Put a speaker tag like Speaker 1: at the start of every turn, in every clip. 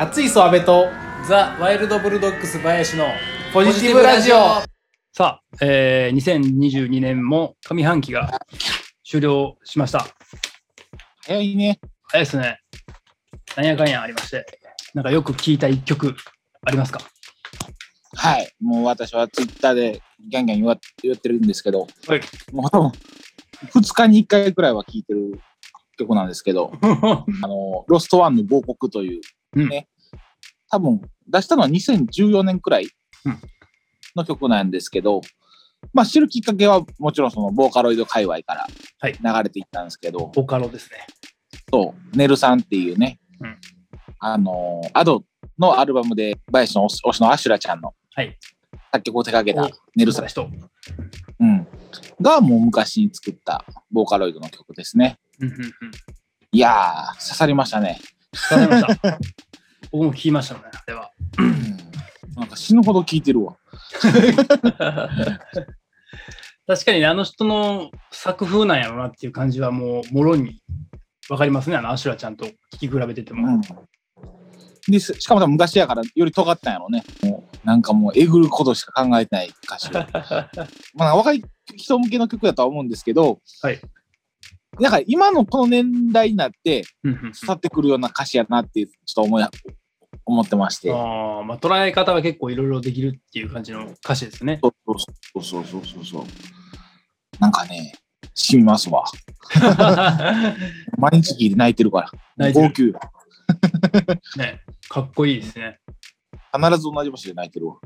Speaker 1: 熱いソアベと
Speaker 2: ザ・ワイルドブルドッグス林の
Speaker 1: ポジティブラジオ。
Speaker 2: さあ、2022年も上半期が終了しました。
Speaker 1: 早いね。
Speaker 2: 早いですね。なんやかんやありまして、なんかよく聞いた一曲ありますか？
Speaker 1: はい、もう私はツイッターでギャンギャン言ってるんですけど、
Speaker 2: はい、
Speaker 1: もう多分2日に1回くらいは聴いてる曲なんですけどロストワンの亡国というね、多分出したのは2014年くらいの曲なんですけど、まあ知るきっかけはもちろんそのボーカロイド界隈から流れていったんですけど、
Speaker 2: ボカロですね。
Speaker 1: そうネルさんっていうね、アドのアルバムで林の推しのアシュラちゃんの作曲を手掛けたネルさん、がもう昔に作ったボーカロイドの曲ですね。いやー刺さりましたね。
Speaker 2: 刺さりました僕も聴きましたね、あれは。
Speaker 1: なんか死ぬほど聴いてるわ
Speaker 2: 確かにあの人の作風なんやろうなっていう感じはもうもろに分かりますね、アシュラちゃんと聴き比べてても。
Speaker 1: でしかも昔やからより尖ったんやろうね。もうなんかもうえぐることしか考えてない歌詞をまあ若い人向けの曲だとは思うんですけど、なんか今のこの年代になって刺さってくるような歌詞やなってちょっと思ってまして。
Speaker 2: まあ捉え方は結構いろいろできるっていう感じの歌詞ですね。
Speaker 1: そうなんかね染みますわ毎日聴いて泣いてるから号泣
Speaker 2: ね、かっこいいですね。
Speaker 1: 必ず同じ場所で泣いてるわ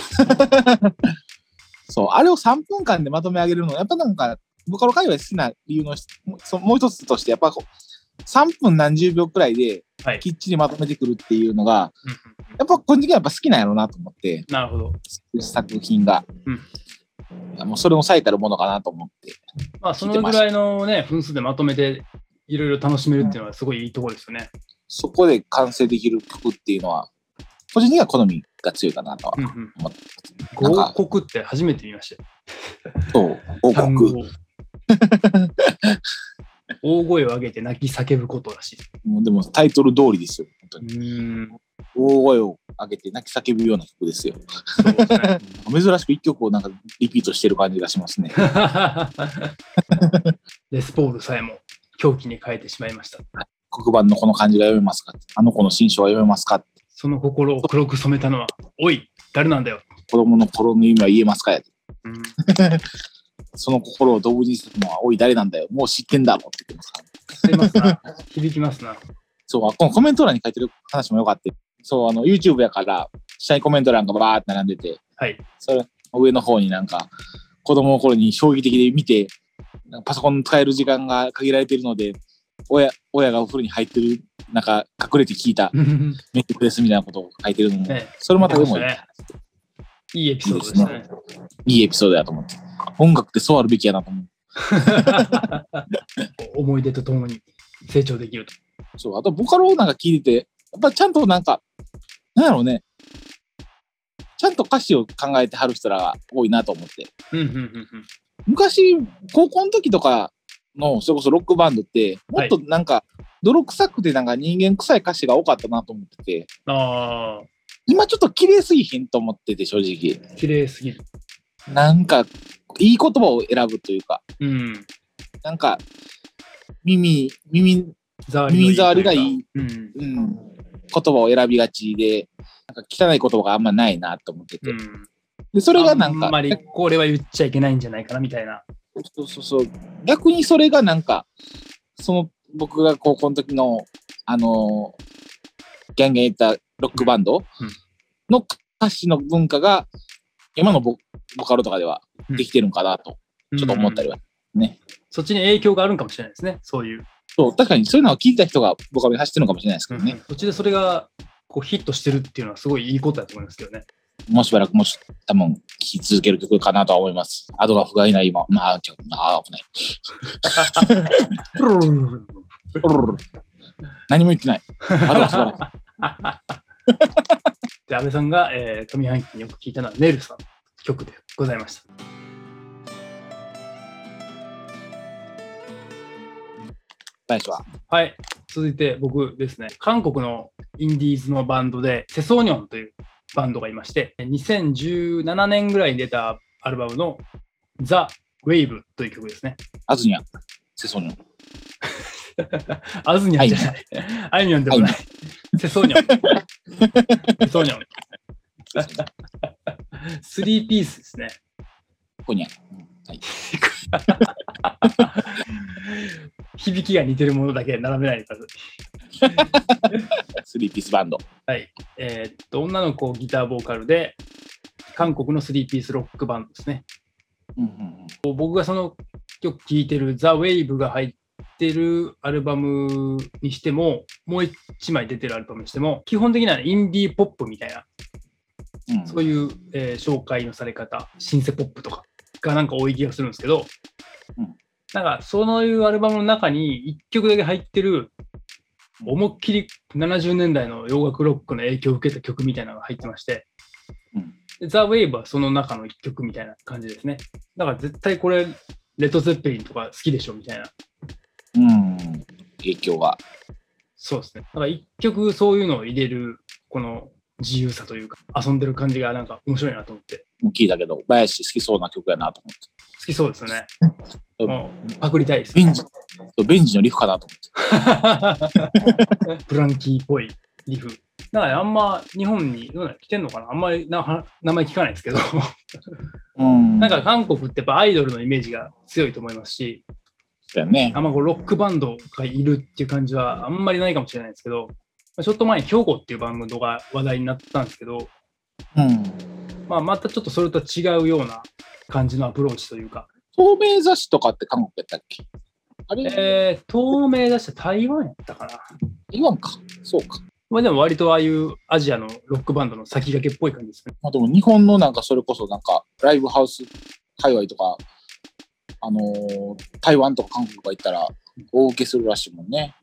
Speaker 1: そうあれを3分間でまとめ上げるのやっぱなんかボカロ界隈好きな理由のもう一つとしてやっぱ3分何十秒くらいできっちりまとめてくるっていうのが、やっぱ個人的にはやっぱ好きなんやろうなと思って。
Speaker 2: なるほど。
Speaker 1: 作品が、もうそれも最たるものかなと思って。
Speaker 2: まあそのぐらいのね分数でまとめていろいろ楽しめるっていうのはすごいいいところですよね。
Speaker 1: そこで完成できる曲っていうのは個人的には好みが強いかなとは思って。
Speaker 2: 亡国って初めて見ましたよ。
Speaker 1: そう亡国
Speaker 2: 大声を上げて泣き叫ぶことらしい。
Speaker 1: もうでもタイトル通りですよ。本当に大声を上げて泣き叫ぶような曲ですよ。そうですね、珍しく一曲をなんかリピートしてる感じがしますね。
Speaker 2: レスポールさえも狂気に変えてしまいました。
Speaker 1: 黒板のこの漢字が読めますか？あの子の新書は読めますか？
Speaker 2: その心を黒く染めたのはおい誰なんだよ。
Speaker 1: 子供の頃の意味は言えますかやその心を動物にするのはおい誰なんだよもう知ってんだろって言ってますから、
Speaker 2: ね、ますな響きますな。
Speaker 1: そうこのコメント欄に書いてる話もよかった。そうYouTube やから下にコメント欄がバーって並んでて、それ上の方になんか子供の頃に衝撃的で見てパソコン使える時間が限られているので親がお風呂に入ってるなんか隠れて聞いたメッセージですみたいなことを書いてるのも、それまたでも
Speaker 2: いいエピソードですね。
Speaker 1: いいエピソードだと思って、音楽ってそうあるべきやなと思う
Speaker 2: 思い出とともに成長できると。
Speaker 1: そう、あとボカロなんか聞いててやっぱちゃんとなんかなんやろうね、ちゃんと歌詞を考えてはる人らが多いなと思って、昔高校の時とかのそれこそロックバンドってもっとなんか泥臭くてなんか人間臭い歌詞が多かったなと思ってて、今ちょっと綺麗すぎひんと思ってて、正直
Speaker 2: 綺麗すぎる。
Speaker 1: なんかいい言葉を選ぶというか、なんか耳障りがいい、言葉を選びがちで、なんか汚い言葉があんまないなと思ってて、でそれがなんか
Speaker 2: あんまりこれは言っちゃいけないんじゃないかなみたいな。
Speaker 1: そう逆にそれがなんかその僕が高校の時のギャンギャン言ったロックバンドの歌詞の文化が今のボカロとかではできてるんかなとちょっと思ったりはね、
Speaker 2: そっちに影響があるんかもしれないですね。そう
Speaker 1: 確かにそういうのを聞いた人がボカロに走ってるのかもしれないですけどね、
Speaker 2: そっちでそれがこうヒットしてるっていうのはすごいいいことだと思いますけどね。
Speaker 1: もうしばらく多分聴き続ける曲かなとは思います。アドが不甲斐ない今。危ない何も言ってない。アドは素晴らしい
Speaker 2: で、安倍さんが、上半期によく聴いたのはネルさんの曲でございました。
Speaker 1: 林は
Speaker 2: はい、続いて僕ですね。韓国のインディーズのバンドで、セソニョンというバンドがいまして、2017年ぐらいに出たアルバムのザ・ウェイブという曲ですね。
Speaker 1: アズニャン、セソニョン。
Speaker 2: アズニャンじゃない。あいみょんでもない。セソニョン。セソニョン。スリーピースですね。
Speaker 1: こにゃん。はい、
Speaker 2: 響きが似てるものだけ並べないでください。
Speaker 1: スリーピースバンド。
Speaker 2: はい。女の子ギターボーカルで、韓国のスリーピースロックバンドですね。僕がその曲聴いてるザ・ウェイブが入ってるアルバムにしても、もう一枚出てるアルバムにしても、基本的にはインディーポップみたいな、そういう、紹介のされ方、シンセポップとかがなんか多い気がするんですけど、なんかそういうアルバムの中に1曲だけ入ってる、思いっきり70年代の洋楽ロックの影響を受けた曲みたいなのが入ってまして、ザ・ウェイブはその中の1曲みたいな感じですね。だから絶対これ、レッド・ゼッペリンとか好きでしょみたいな。
Speaker 1: 影響が。
Speaker 2: そうですね。だから1曲そういうのを入れる、この自由さというか、遊んでる感じがなんか面白いなと思って。
Speaker 1: 聞いたけど、林好きそうな曲やなと思って。
Speaker 2: 好きそうですよね。もうパクりたいです。
Speaker 1: ベンジのリフかなと思って。
Speaker 2: ブランキーっぽいリフ。だからあんま日本に来てんのかな、あんまり名前聞かないですけどなんか韓国ってやっぱアイドルのイメージが強いと思いますし、
Speaker 1: そうやね、
Speaker 2: あんまこうロックバンドがいるっていう感じはあんまりないかもしれないですけど、ちょっと前に兵庫っていうバンドが話題になったんですけど、またちょっとそれと違うような感じのアプローチというか。
Speaker 1: 透明雑誌とかって韓国やったっけ？
Speaker 2: あれ透明雑誌は台湾やったかな。
Speaker 1: 台湾か。そうか。
Speaker 2: でも割とああいうアジアのロックバンドの先駆けっぽい感じですね。
Speaker 1: でも日本のなんかそれこそなんかライブハウス界隈とか、台湾とか韓国とか行ったら大受けするらしいもんね。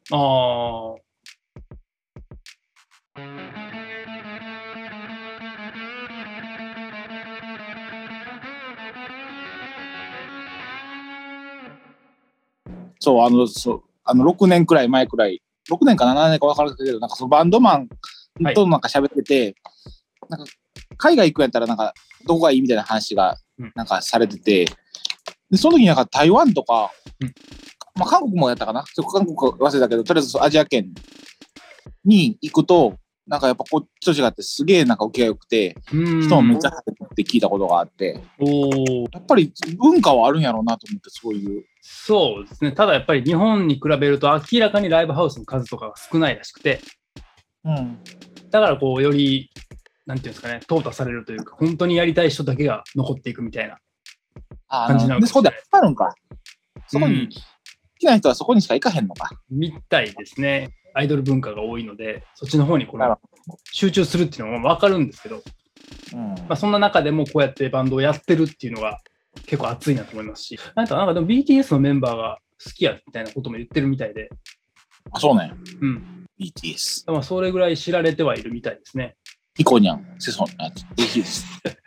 Speaker 1: そう、6年くらい前くらい、6年か7年か分からないけど、なんかそのバンドマンとなんか喋ってて、なんか海外行くんやったらなんかどこがいいみたいな話がなんかされてて、でその時になんか台湾とか、韓国もやったかな、韓国忘れたけど、とりあえずアジア圏に行くと、なんかやっぱこっちと違ってすげえなんか受けが良くて、人もめっちゃ入って聞いたことがあって、やっぱり文化はあるんやろうなと思って、そういう。
Speaker 2: そうですね。ただやっぱり日本に比べると明らかにライブハウスの数とかが少ないらしくて、だからこうよりなんていうんですかね、淘汰されるというか、本当にやりたい人だけが残っていくみたいな感じなのか。
Speaker 1: そこであるんか。そこに、好きな人はそこにしか行かへんのか。
Speaker 2: みたいですね。アイドル文化が多いので、そっちの方にこの集中するっていうのも分かるんですけど、そんな中でもこうやってバンドをやってるっていうのが結構熱いなと思いますし、なんかでも BTS のメンバーが好きやみたいなことも言ってるみたいで。
Speaker 1: あ、そうね。BTS。
Speaker 2: それぐらい知られてはいるみたいですね。
Speaker 1: イコニャン、セソン、BTS。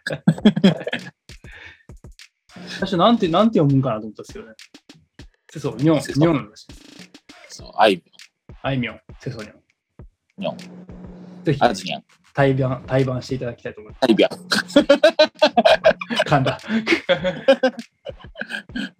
Speaker 2: 最初なんて読むんかなと思ったんですけどね。セソニョンらしいです。
Speaker 1: そう、あい
Speaker 2: みょん、セソニョン。
Speaker 1: ニョン。
Speaker 2: ぜひ、対バンしていただきたいと思います。
Speaker 1: 対バン。
Speaker 2: 噛んだ。